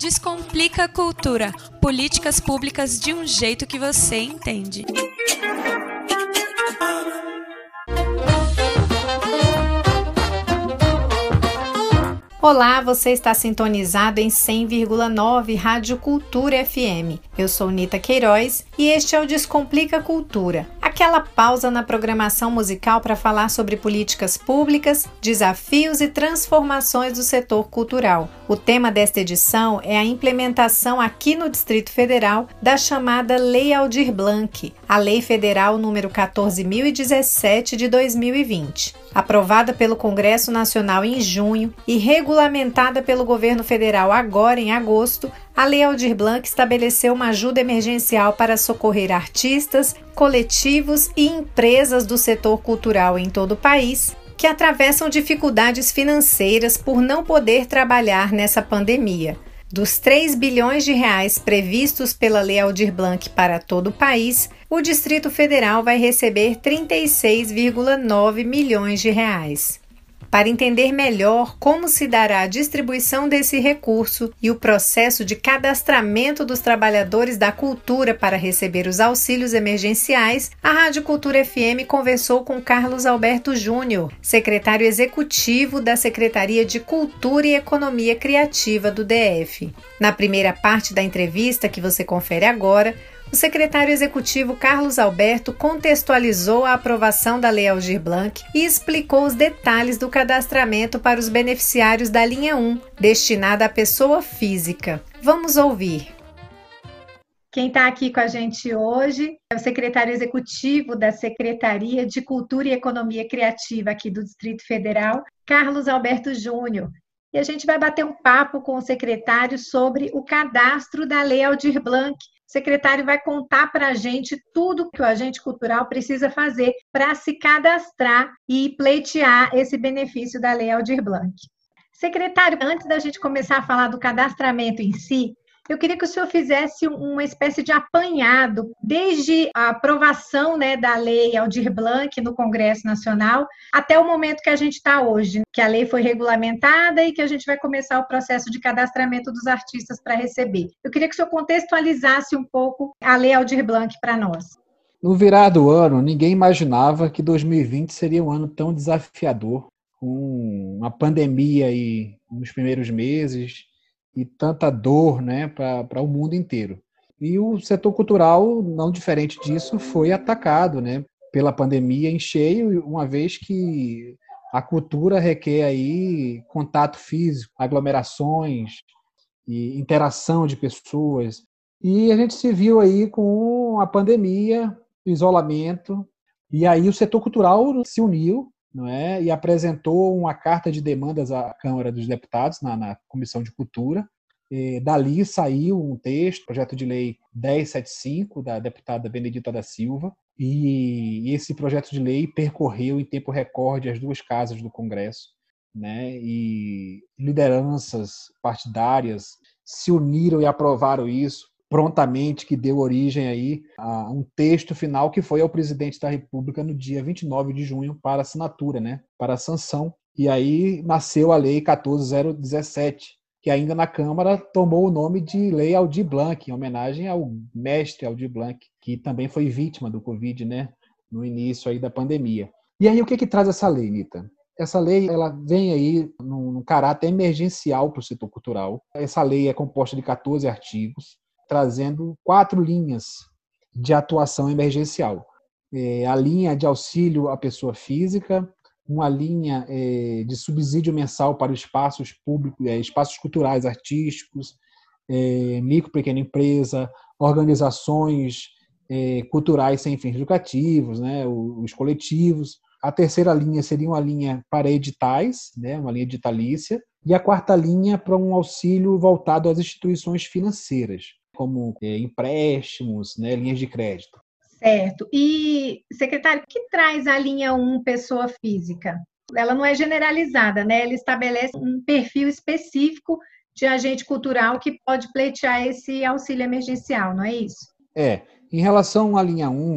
Descomplica a Cultura, políticas públicas de um jeito que você entende. Olá, você está sintonizado em 100,9 Rádio Cultura FM. Eu sou Nita Queiroz e este é o Descomplica Cultura, aquela pausa na programação musical para falar sobre políticas públicas, desafios e transformações do setor cultural. O tema desta edição é a implementação aqui no Distrito Federal da chamada Lei Aldir Blanc, a Lei Federal número 14.017 de 2020. Aprovada pelo Congresso Nacional em junho e regulamentada pelo governo federal agora em agosto, a Lei Aldir Blanc estabeleceu uma ajuda emergencial para socorrer artistas, coletivos e empresas do setor cultural em todo o país que atravessam dificuldades financeiras por não poder trabalhar nessa pandemia. Dos 3 bilhões de reais previstos pela Lei Aldir Blanc para todo o país, o Distrito Federal vai receber 36,9 milhões de reais. Para entender melhor como se dará a distribuição desse recurso e o processo de cadastramento dos trabalhadores da cultura para receber os auxílios emergenciais, a Rádio Cultura FM conversou com Carlos Alberto Júnior, secretário executivo da Secretaria de Cultura e Economia Criativa do DF. Na primeira parte da entrevista, que você confere agora, o secretário executivo Carlos Alberto contextualizou a aprovação da Lei Aldir Blanc e explicou os detalhes do cadastramento para os beneficiários da linha 1, destinada à pessoa física. Vamos ouvir. Quem está aqui com a gente hoje é o secretário executivo da Secretaria de Cultura e Economia Criativa aqui do Distrito Federal, Carlos Alberto Júnior. E a gente vai bater um papo com o secretário sobre o cadastro da Lei Aldir Blanc. O secretário vai contar para a gente tudo que o agente cultural precisa fazer para se cadastrar e pleitear esse benefício da Lei Aldir Blanc. Secretário, antes da gente começar a falar do cadastramento em si, eu queria que o senhor fizesse uma espécie de apanhado, desde a aprovação, da Lei Aldir Blanc no Congresso Nacional, até o momento que a gente está hoje, que a lei foi regulamentada e que a gente vai começar o processo de cadastramento dos artistas para receber. Eu queria que o senhor contextualizasse um pouco a Lei Aldir Blanc para nós. No virar do ano, ninguém imaginava que 2020 seria um ano tão desafiador, com uma pandemia aí nos primeiros meses, e tanta dor, para o mundo inteiro. E o setor cultural, não diferente disso, foi atacado, pela pandemia em cheio, uma vez que a cultura requer aí contato físico, aglomerações e interação de pessoas. E a gente se viu aí com a pandemia, o isolamento, e aí o setor cultural se uniu, e apresentou uma carta de demandas à Câmara dos Deputados, na Comissão de Cultura. Dali saiu um texto, projeto de lei 1075, da deputada Benedita da Silva, e esse projeto de lei percorreu em tempo recorde as duas casas do Congresso, e lideranças partidárias se uniram e aprovaram isso prontamente, que deu origem aí a um texto final que foi ao presidente da República no dia 29 de junho para assinatura, para a sanção. E aí nasceu a Lei 14.017, que ainda na Câmara tomou o nome de Lei Aldir Blanc, em homenagem ao mestre Aldir Blanc, que também foi vítima do Covid, no início aí da pandemia. E aí o que traz essa lei, Nita? Essa lei ela vem aí num caráter emergencial para o setor cultural. Essa lei é composta de 14 artigos, trazendo 4 linhas de atuação emergencial. A linha de auxílio à pessoa física, uma linha de subsídio mensal para espaços públicos, espaços culturais, artísticos, micro, pequena empresa, organizações culturais sem fins lucrativos, os coletivos. A terceira linha seria uma linha para editais, uma linha editalícia, e a quarta linha para um auxílio voltado às instituições financeiras, como empréstimos, linhas de crédito. Certo. E, secretário, o que traz a linha 1 pessoa física? Ela não é generalizada, Ela estabelece um perfil específico de agente cultural que pode pleitear esse auxílio emergencial, não é isso? Em relação à linha 1,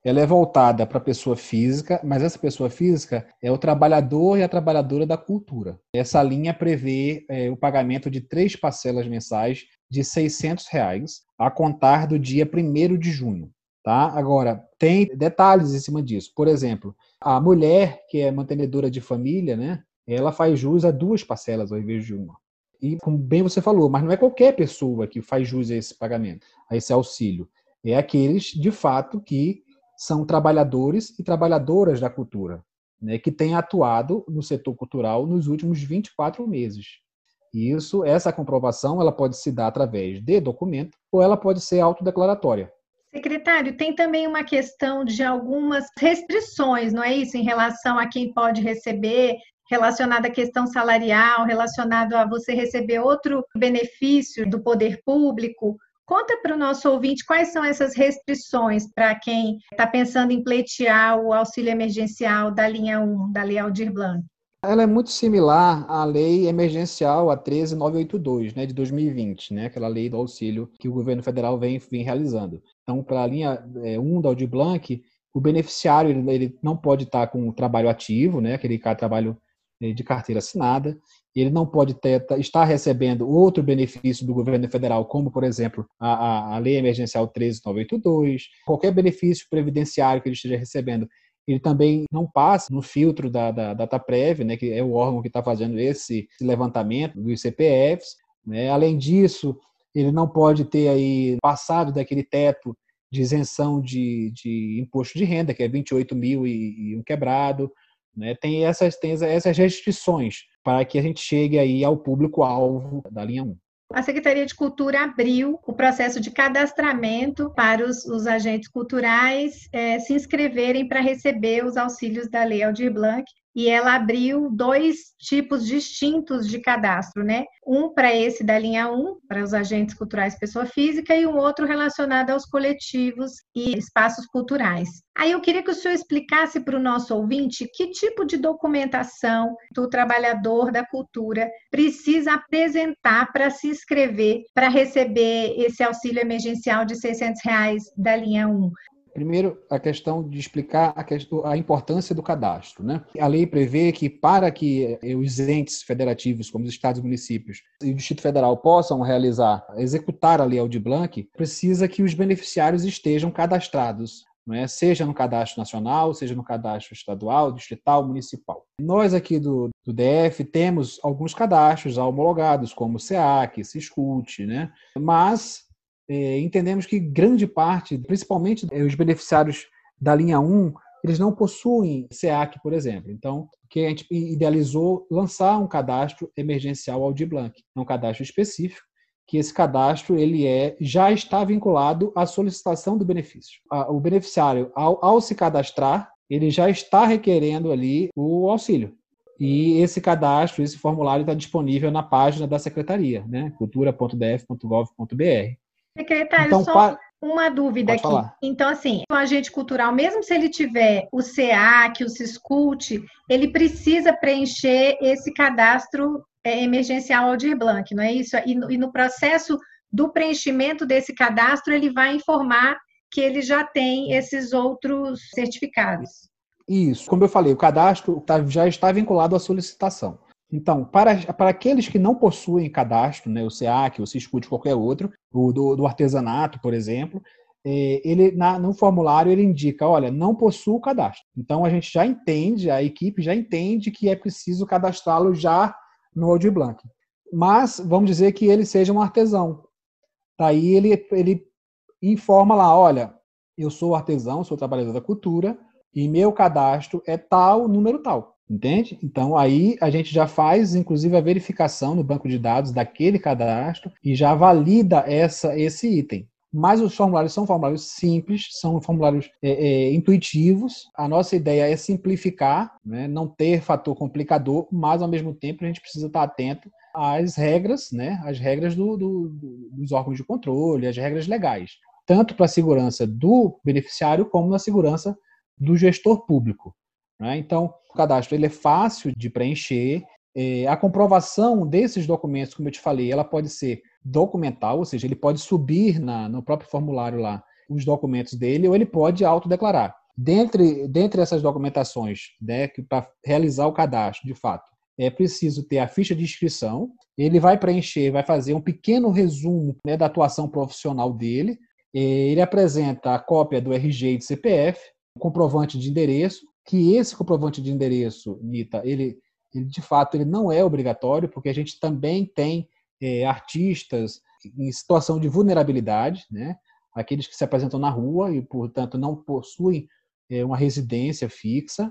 ela é voltada para a pessoa física, mas essa pessoa física é o trabalhador e a trabalhadora da cultura. Essa linha prevê o pagamento de 3 parcelas mensais de R$ 600 a contar do dia 1º de junho. Tá? Agora, tem detalhes em cima disso. Por exemplo, a mulher que é mantenedora de família, né, ela faz jus a 2 parcelas ao invés de uma. E, como bem você falou, mas não é qualquer pessoa que faz jus a esse pagamento, a esse auxílio. É aqueles, de fato, que são trabalhadores e trabalhadoras da cultura, né, que têm atuado no setor cultural nos últimos 24 meses. E essa comprovação ela pode se dar através de documento ou ela pode ser autodeclaratória. Secretário, tem também uma questão de algumas restrições, não é isso, em relação a quem pode receber, relacionado à questão salarial, relacionado a você receber outro benefício do poder público. Conta para o nosso ouvinte quais são essas restrições para quem está pensando em pleitear o auxílio emergencial da linha 1, da Lei Aldir Blanc. Ela é muito similar à lei emergencial, a 13982, né, de 2020, né, aquela lei do auxílio que o governo federal vem realizando. Então, para a linha 1 da Aldir Blanc, o beneficiário ele não pode estar com trabalho ativo, né, aquele trabalho de carteira assinada, ele não pode estar recebendo outro benefício do governo federal, como, por exemplo, a lei emergencial 13982, qualquer benefício previdenciário que ele esteja recebendo, ele também não passa no filtro da Dataprev, né, que é o órgão que está fazendo esse levantamento dos CPFs. Né? Além disso, ele não pode ter aí passado daquele teto de isenção de imposto de renda, que é 28 mil e um quebrado. Né? Tem essas restrições para que a gente chegue aí ao público-alvo da linha 1. A Secretaria de Cultura abriu o processo de cadastramento para os agentes culturais se inscreverem para receber os auxílios da Lei Aldir Blanc, e ela abriu 2 tipos distintos de cadastro, né? Um para esse da linha 1, para os agentes culturais pessoa física, e um outro relacionado aos coletivos e espaços culturais. Aí eu queria que o senhor explicasse para o nosso ouvinte que tipo de documentação o trabalhador da cultura precisa apresentar para se inscrever, para receber esse auxílio emergencial de R$ 600 da linha 1. Primeiro, a questão de explicar a importância do cadastro. Né? A lei prevê que, para que os entes federativos, como os estados e municípios, e o Distrito Federal possam executar a Lei Aldir Blanc, precisa que os beneficiários estejam cadastrados, né? Seja no cadastro nacional, seja no cadastro estadual, distrital, municipal. Nós aqui do DF temos alguns cadastros já homologados, como o SEAC, Siscult, né? Mas entendemos que grande parte, principalmente os beneficiários da linha 1, eles não possuem SEAC, por exemplo. Então, que a gente idealizou lançar um cadastro emergencial Aldir Blanc, um cadastro específico, que esse cadastro já está vinculado à solicitação do benefício. O beneficiário, ao se cadastrar, ele já está requerendo ali o auxílio. E esse cadastro, esse formulário está disponível na página da Secretaria, né? cultura.df.gov.br. Secretário, então, só uma dúvida aqui. Falar. Então, assim, o agente cultural, mesmo se ele tiver o SEAC, o Siscult, ele precisa preencher esse cadastro emergencial Aldir Blanc, não é isso? E no processo do preenchimento desse cadastro, ele vai informar que ele já tem esses outros certificados. Isso. Como eu falei, o cadastro já está vinculado à solicitação. Então, para aqueles que não possuem cadastro, né, o SEAC, o Siscult, qualquer outro, o do artesanato, por exemplo, no formulário ele indica, olha, não possui o cadastro. Então, a equipe já entende que é preciso cadastrá-lo já no Aldir Blanc. Mas, vamos dizer que ele seja um artesão. Daí ele informa lá, olha, eu sou artesão, sou trabalhador da cultura, e meu cadastro é tal, número tal. Entende? Então, aí a gente já faz, inclusive, a verificação no banco de dados daquele cadastro e já valida esse item. Mas os formulários são formulários simples, são formulários intuitivos. A nossa ideia é simplificar, né? Não ter fator complicador, mas, ao mesmo tempo, a gente precisa estar atento às regras, né? As regras dos órgãos de controle, as regras legais, tanto para a segurança do beneficiário como na segurança do gestor público. Então, o cadastro ele é fácil de preencher. A comprovação desses documentos, como eu te falei, ela pode ser documental, ou seja, ele pode subir no próprio formulário lá os documentos dele ou ele pode autodeclarar. Dentre essas documentações, né, para realizar o cadastro, de fato, é preciso ter a ficha de inscrição. Ele vai preencher, vai fazer um pequeno resumo, né, da atuação profissional dele. Ele apresenta a cópia do RG e do CPF, o comprovante de endereço, que esse comprovante de endereço, Nita, ele de fato ele não é obrigatório, porque a gente também tem artistas em situação de vulnerabilidade, né? Aqueles que se apresentam na rua e, portanto, não possuem uma residência fixa.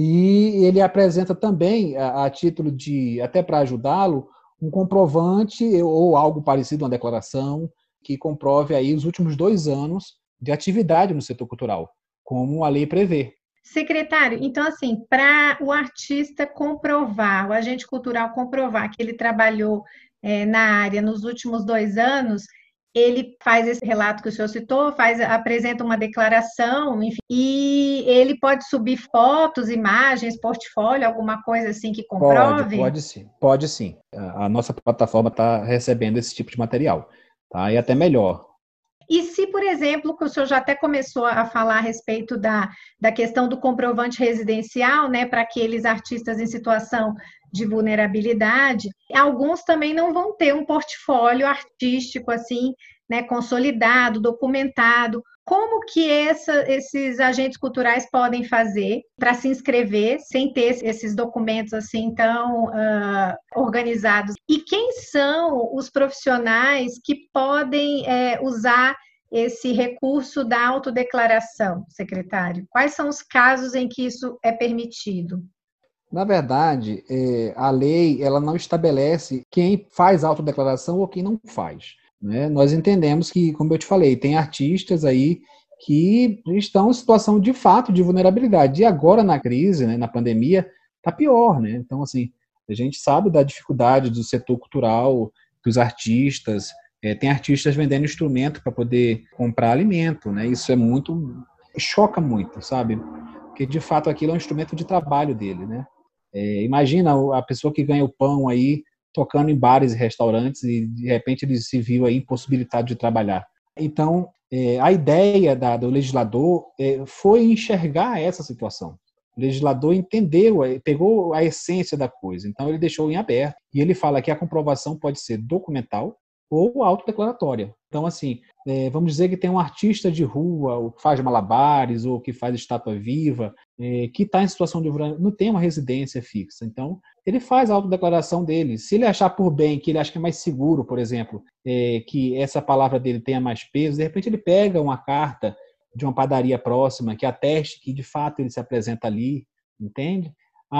E ele apresenta também, a título de, até para ajudá-lo, um comprovante ou algo parecido, uma declaração, que comprove aí os últimos 2 anos de atividade no setor cultural, como a lei prevê. Secretário, então assim, para o artista comprovar, o agente cultural comprovar que ele trabalhou na área nos últimos 2 anos, ele faz esse relato que o senhor citou, apresenta uma declaração, enfim, e ele pode subir fotos, imagens, portfólio, alguma coisa assim que comprove? Pode sim. A nossa plataforma está recebendo esse tipo de material, tá? E até melhor. E se, por exemplo, que o senhor já até começou a falar a respeito da questão do comprovante residencial, né, para aqueles artistas em situação de vulnerabilidade, alguns também não vão ter um portfólio artístico assim, né, consolidado, documentado. Como que esses agentes culturais podem fazer para se inscrever sem ter esses documentos assim tão organizados? E quem são os profissionais que podem usar esse recurso da autodeclaração, secretário? Quais são os casos em que isso é permitido? Na verdade, a lei ela não estabelece quem faz autodeclaração ou quem não faz, né? Nós entendemos que, como eu te falei, tem artistas aí que estão em situação de fato de vulnerabilidade. E agora na crise, né, na pandemia, está pior, né? Então, assim, a gente sabe da dificuldade do setor cultural, dos artistas. Tem artistas vendendo instrumento para poder comprar alimento, né? Isso choca muito, sabe? Porque, de fato, aquilo é um instrumento de trabalho dele, né? Imagina a pessoa que ganha o pão aí tocando em bares e restaurantes e, de repente, ele se viu aí impossibilitado de trabalhar. Então, a ideia do legislador foi enxergar essa situação. O legislador entendeu, pegou a essência da coisa, então ele deixou em aberto. E ele fala que a comprovação pode ser documental ou autodeclaratória. Então, assim, vamos dizer que tem um artista de rua, ou que faz malabares, ou que faz estátua viva, que está em situação de vulnerabilidade, não tem uma residência fixa. Então, ele faz a autodeclaração dele. Se ele achar por bem, que ele acha que é mais seguro, por exemplo, que essa palavra dele tenha mais peso, de repente ele pega uma carta de uma padaria próxima que ateste que, de fato, ele se apresenta ali, entende?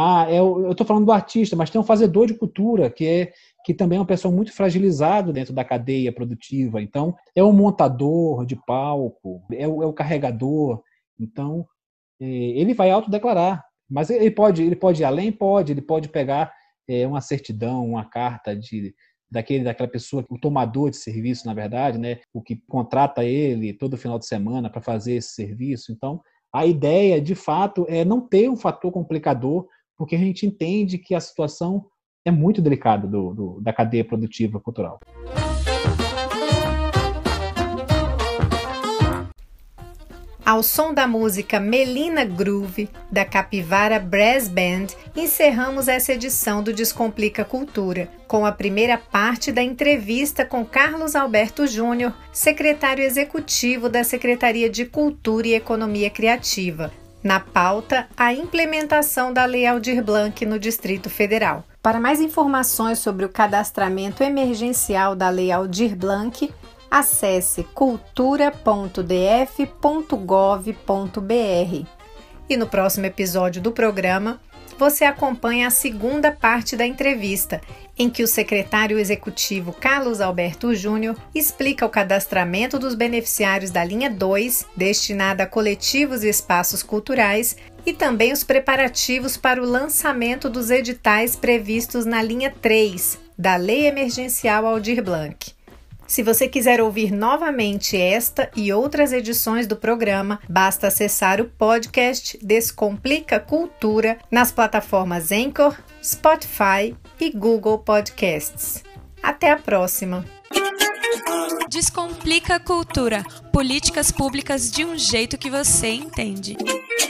Eu estou falando do artista, mas tem um fazedor de cultura, que também é uma pessoa muito fragilizada dentro da cadeia produtiva. Então, é um montador de palco, é o carregador. Então, ele vai autodeclarar. Mas ele pode ir além? Pode. Ele pode pegar uma certidão, uma carta daquela pessoa, o tomador de serviço, na verdade, né? O que contrata ele todo final de semana para fazer esse serviço. Então, a ideia, de fato, é não ter um fator complicador, porque a gente entende que a situação é muito delicada da cadeia produtiva cultural. Ao som da música Melina Groove, da Capivara Brass Band, encerramos essa edição do Descomplica Cultura, com a primeira parte da entrevista com Carlos Alberto Júnior, secretário executivo da Secretaria de Cultura e Economia Criativa. Na pauta, a implementação da Lei Aldir Blanc no Distrito Federal. Para mais informações sobre o cadastramento emergencial da Lei Aldir Blanc, acesse cultura.df.gov.br. E no próximo episódio do programa, você acompanha a segunda parte da entrevista, em que o secretário executivo Carlos Alberto Júnior explica o cadastramento dos beneficiários da linha 2, destinada a coletivos e espaços culturais, e também os preparativos para o lançamento dos editais previstos na linha 3, da Lei Emergencial Aldir Blanc. Se você quiser ouvir novamente esta e outras edições do programa, basta acessar o podcast Descomplica Cultura nas plataformas Anchor, Spotify e Google Podcasts. Até a próxima! Descomplica a cultura. Políticas públicas de um jeito que você entende.